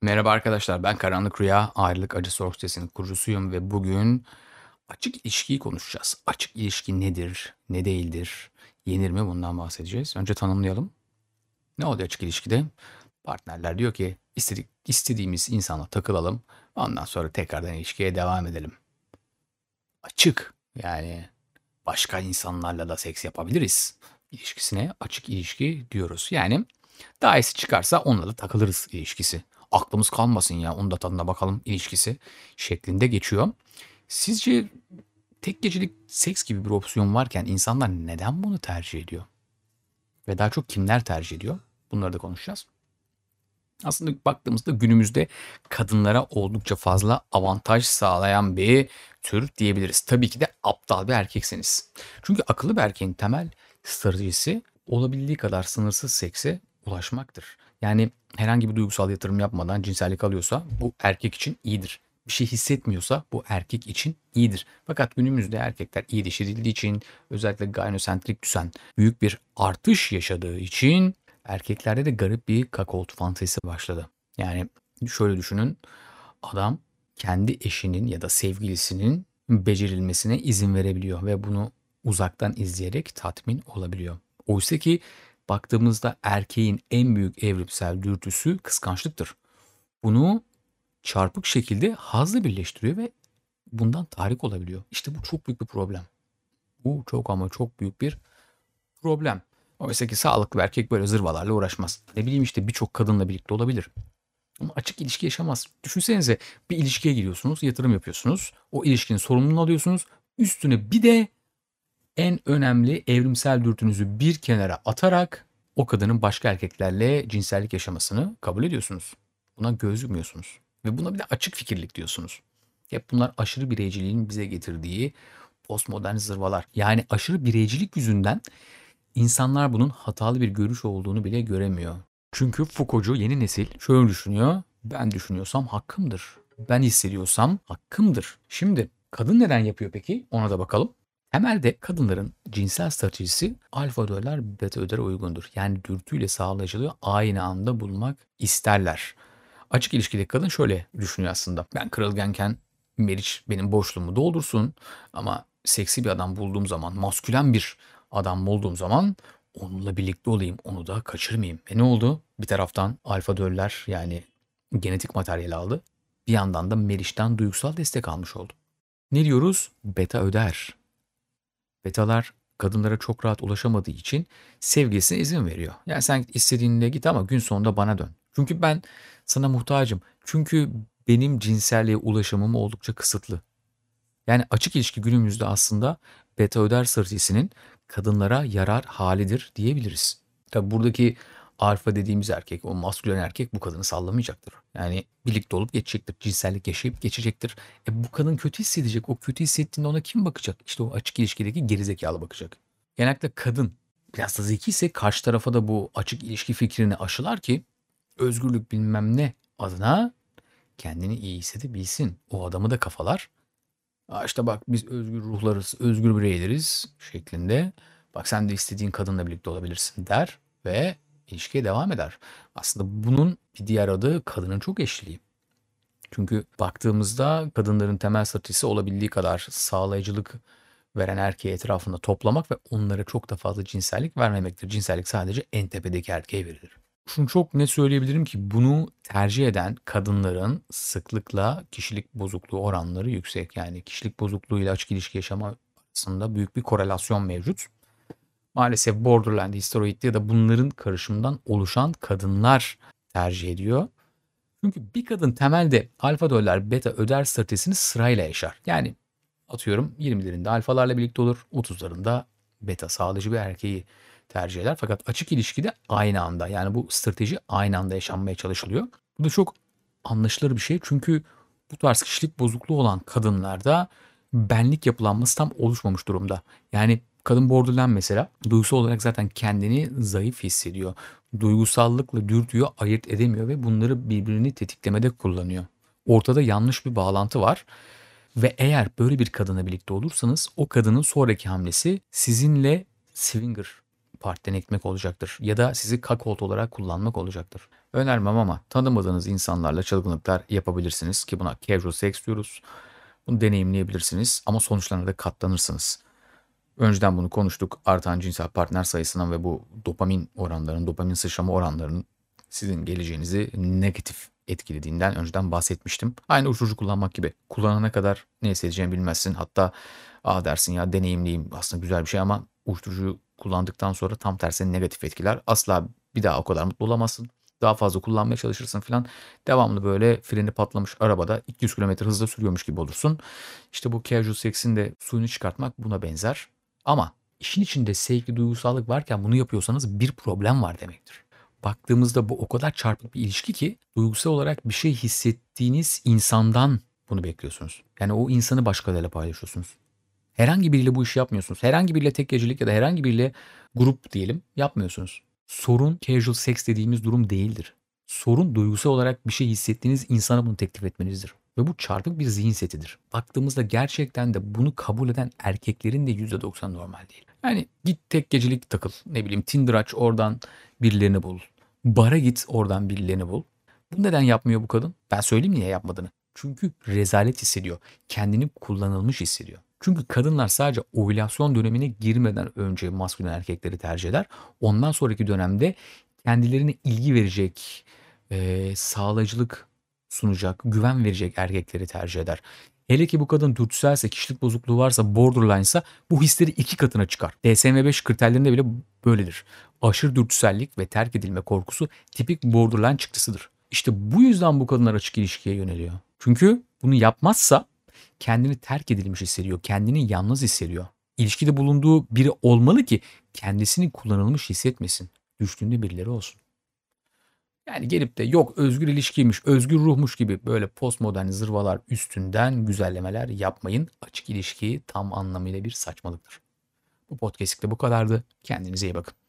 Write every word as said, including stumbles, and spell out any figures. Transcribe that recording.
Merhaba arkadaşlar, ben Karanlık Rüya, Ayrılık Acısı Org sitesinin kurucusuyum ve bugün açık ilişkiyi konuşacağız. Açık ilişki nedir, ne değildir, yenir mi bundan bahsedeceğiz. Önce tanımlayalım. Ne oluyor açık ilişkide? Partnerler diyor ki istedik, istediğimiz insana takılalım, ondan sonra tekrardan ilişkiye devam edelim. Açık, yani başka insanlarla da seks yapabiliriz. İlişkisine açık ilişki diyoruz. Yani daha iyisi çıkarsa onunla da takılırız ilişkisi. Aklımız kalmasın ya, onun da tadına bakalım ilişkisi şeklinde geçiyor. Sizce tek gecelik seks gibi bir opsiyon varken insanlar neden bunu tercih ediyor? Ve daha çok kimler tercih ediyor? Bunları da konuşacağız. Aslında baktığımızda günümüzde kadınlara oldukça fazla avantaj sağlayan bir tür diyebiliriz. Tabii ki de aptal bir erkekseniz. Çünkü akıllı bir erkeğin temel stratejisi olabildiği kadar sınırsız sekse ulaşmaktır. Yani herhangi bir duygusal yatırım yapmadan cinsellik alıyorsa bu erkek için iyidir. Bir şey hissetmiyorsa bu erkek için iyidir. Fakat günümüzde erkekler iyileştirildiği için, özellikle gynosentrik düzen büyük bir artış yaşadığı için erkeklerde de garip bir kakolt fantezisi başladı. Yani şöyle düşünün, adam kendi eşinin ya da sevgilisinin becerilmesine izin verebiliyor ve bunu uzaktan izleyerek tatmin olabiliyor. Oysa ki baktığımızda erkeğin en büyük evrimsel dürtüsü kıskançlıktır. Bunu çarpık şekilde hazla birleştiriyor ve bundan tahrik olabiliyor. İşte bu çok büyük bir problem. Bu çok ama çok büyük bir problem. Oysa ki sağlıklı bir erkek böyle zırvalarla uğraşmaz. Ne bileyim işte birçok kadınla birlikte olabilir. Ama açık ilişki yaşamaz. Düşünsenize, bir ilişkiye giriyorsunuz, yatırım yapıyorsunuz. O ilişkinin sorumluluğunu alıyorsunuz. Üstüne bir de en önemli evrimsel dürtünüzü bir kenara atarak o kadının başka erkeklerle cinsellik yaşamasını kabul ediyorsunuz. Buna göz yumuyorsunuz. Ve buna bir de açık fikirlik diyorsunuz. Hep bunlar aşırı bireyciliğin bize getirdiği postmodern zırvalar. Yani aşırı bireycilik yüzünden İnsanlar bunun hatalı bir görüş olduğunu bile göremiyor. Çünkü Foucault'cu yeni nesil şöyle düşünüyor: ben düşünüyorsam hakkımdır. Ben hissediyorsam hakkımdır. Şimdi kadın neden yapıyor peki? Ona da bakalım. Temelde kadınların cinsel stratejisi alfa ödüller beta ödüllere uygundur. Yani dürtüyle sağlayıcılığı aynı anda bulmak isterler. Açık ilişkideki kadın şöyle düşünüyor aslında: ben kırılganken Meriç benim boşluğumu doldursun, ama seksi bir adam bulduğum zaman, maskülen bir adam bulduğum zaman onunla birlikte olayım, onu da kaçırmayayım. E ne oldu? Bir taraftan alfa döller, yani genetik materyal aldı. Bir yandan da Meriç'ten duygusal destek almış oldu. Ne diyoruz? Beta öder. Betalar kadınlara çok rahat ulaşamadığı için sevgilisine izin veriyor. Yani sen istediğinde git ama gün sonunda bana dön. Çünkü ben sana muhtacım. Çünkü benim cinselliğe ulaşımım oldukça kısıtlı. Yani açık ilişki günümüzde aslında beta öder stratejisinin kadınlara yarar halidir diyebiliriz. Tabi buradaki alfa dediğimiz erkek, o maskülen erkek bu kadını sallamayacaktır. Yani birlikte olup geçecektir. Cinsellik yaşayıp geçecektir. E bu kadın kötü hissedecek. O kötü hissettiğinde ona kim bakacak? İşte o açık ilişkideki gerizekalı bakacak. Genellikle kadın biraz da zeki ise karşı tarafa da bu açık ilişki fikrini aşılar ki özgürlük bilmem ne adına kendini iyi hissedebilsin. O adamı da kafalar. Aa, işte bak biz özgür ruhlarız, özgür bireyleriz şeklinde. Bak sen de istediğin kadınla birlikte olabilirsin der ve ilişkiye devam eder. Aslında bunun bir diğer adı kadının çok eşliliği. Çünkü baktığımızda kadınların temel stratejisi olabildiği kadar sağlayıcılık veren erkeği etrafında toplamak ve onlara çok da fazla cinsellik vermemektir. Cinsellik sadece en tepedeki erkeğe verilir. Şunu çok net söyleyebilirim ki bunu tercih eden kadınların sıklıkla kişilik bozukluğu oranları yüksek. Yani kişilik bozukluğuyla açık ilişki yaşama arasında büyük bir korelasyon mevcut. Maalesef borderline, histeroid ya da bunların karışımından oluşan kadınlar tercih ediyor. Çünkü bir kadın temelde alfa döller, beta öder stratejisini sırayla yaşar. Yani atıyorum yirmilerinde alfalarla birlikte olur, otuzlarında beta sağlayıcı bir erkeği tercih eder. Fakat açık ilişkide aynı anda, yani bu strateji aynı anda yaşanmaya çalışılıyor. Bu da çok anlaşılır bir şey, çünkü bu tarz kişilik bozukluğu olan kadınlarda benlik yapılanması tam oluşmamış durumda. Yani kadın borderline mesela duygusal olarak zaten kendini zayıf hissediyor. Duygusallıkla dürtüyü ayırt edemiyor ve bunları birbirini tetiklemede kullanıyor. Ortada yanlış bir bağlantı var. Ve eğer böyle bir kadınla birlikte olursanız o kadının sonraki hamlesi sizinle swinger partiden ekmek olacaktır. Ya da sizi kakolt olarak kullanmak olacaktır. Önermem ama tanımadığınız insanlarla çılgınlıklar yapabilirsiniz ki buna casual sex diyoruz. Bunu deneyimleyebilirsiniz ama sonuçlarına da katlanırsınız. Önceden bunu konuştuk. Artan cinsel partner sayısından ve bu dopamin oranlarının, dopamin sıçrama oranlarının sizin geleceğinizi negatif etkilediğinden önceden bahsetmiştim. Aynı uyuşturucu kullanmak gibi. Kullanana kadar ne hissedeceğini bilmezsin. Hatta aa dersin ya deneyimliyim aslında güzel bir şey ama uyuşturucu kullandıktan sonra tam tersine negatif etkiler. Asla bir daha o kadar mutlu olamazsın. Daha fazla kullanmaya çalışırsın falan. Devamlı böyle freni patlamış arabada iki yüz kilometre hızla sürüyormuş gibi olursun. İşte bu casual sex'in de suyunu çıkartmak buna benzer. Ama işin içinde sevgi, duygusallık varken bunu yapıyorsanız bir problem var demektir. Baktığımızda bu o kadar çarpık bir ilişki ki duygusal olarak bir şey hissettiğiniz insandan bunu bekliyorsunuz. Yani o insanı başkalarıyla paylaşıyorsunuz. Herhangi biriyle bu işi yapmıyorsunuz. Herhangi biriyle tek gecelik ya da herhangi biriyle grup diyelim yapmıyorsunuz. Sorun casual sex dediğimiz durum değildir. Sorun duygusal olarak bir şey hissettiğiniz insana bunu teklif etmenizdir. Ve bu çarpık bir zihin setidir. Baktığımızda gerçekten de bunu kabul eden erkeklerin de yüzde doksan normal değil. Yani git tek gecelik takıl. Ne bileyim Tinder aç oradan birilerini bul. Bara git oradan birilerini bul. Bu neden yapmıyor bu kadın? Ben söyleyeyim niye yapmadığını. Çünkü rezalet hissediyor. Kendini kullanılmış hissediyor. Çünkü kadınlar sadece ovülasyon dönemine girmeden önce maskülen erkekleri tercih eder. Ondan sonraki dönemde kendilerine ilgi verecek, eee, sağlayıcılık sunacak, güven verecek erkekleri tercih eder. Hele ki bu kadın dürtüselse, kişilik bozukluğu varsa, borderline'sa bu hisleri iki katına çıkar. D S M beş kriterlerinde bile böyledir. Aşırı dürtüsellik ve terk edilme korkusu tipik borderline çıktısıdır. İşte bu yüzden bu kadınlar açık ilişkiye yöneliyor. Çünkü bunu yapmazsa kendini terk edilmiş hissediyor, kendini yalnız hissediyor. İlişkide bulunduğu biri olmalı ki kendisini kullanılmış hissetmesin. Düştüğünde birileri olsun. Yani gelip de yok özgür ilişkiymiş, özgür ruhmuş gibi böyle postmodern zırvalar üstünden güzellemeler yapmayın. Açık ilişki tam anlamıyla bir saçmalıktır. Bu podcast'te bu kadardı. Kendinize iyi bakın.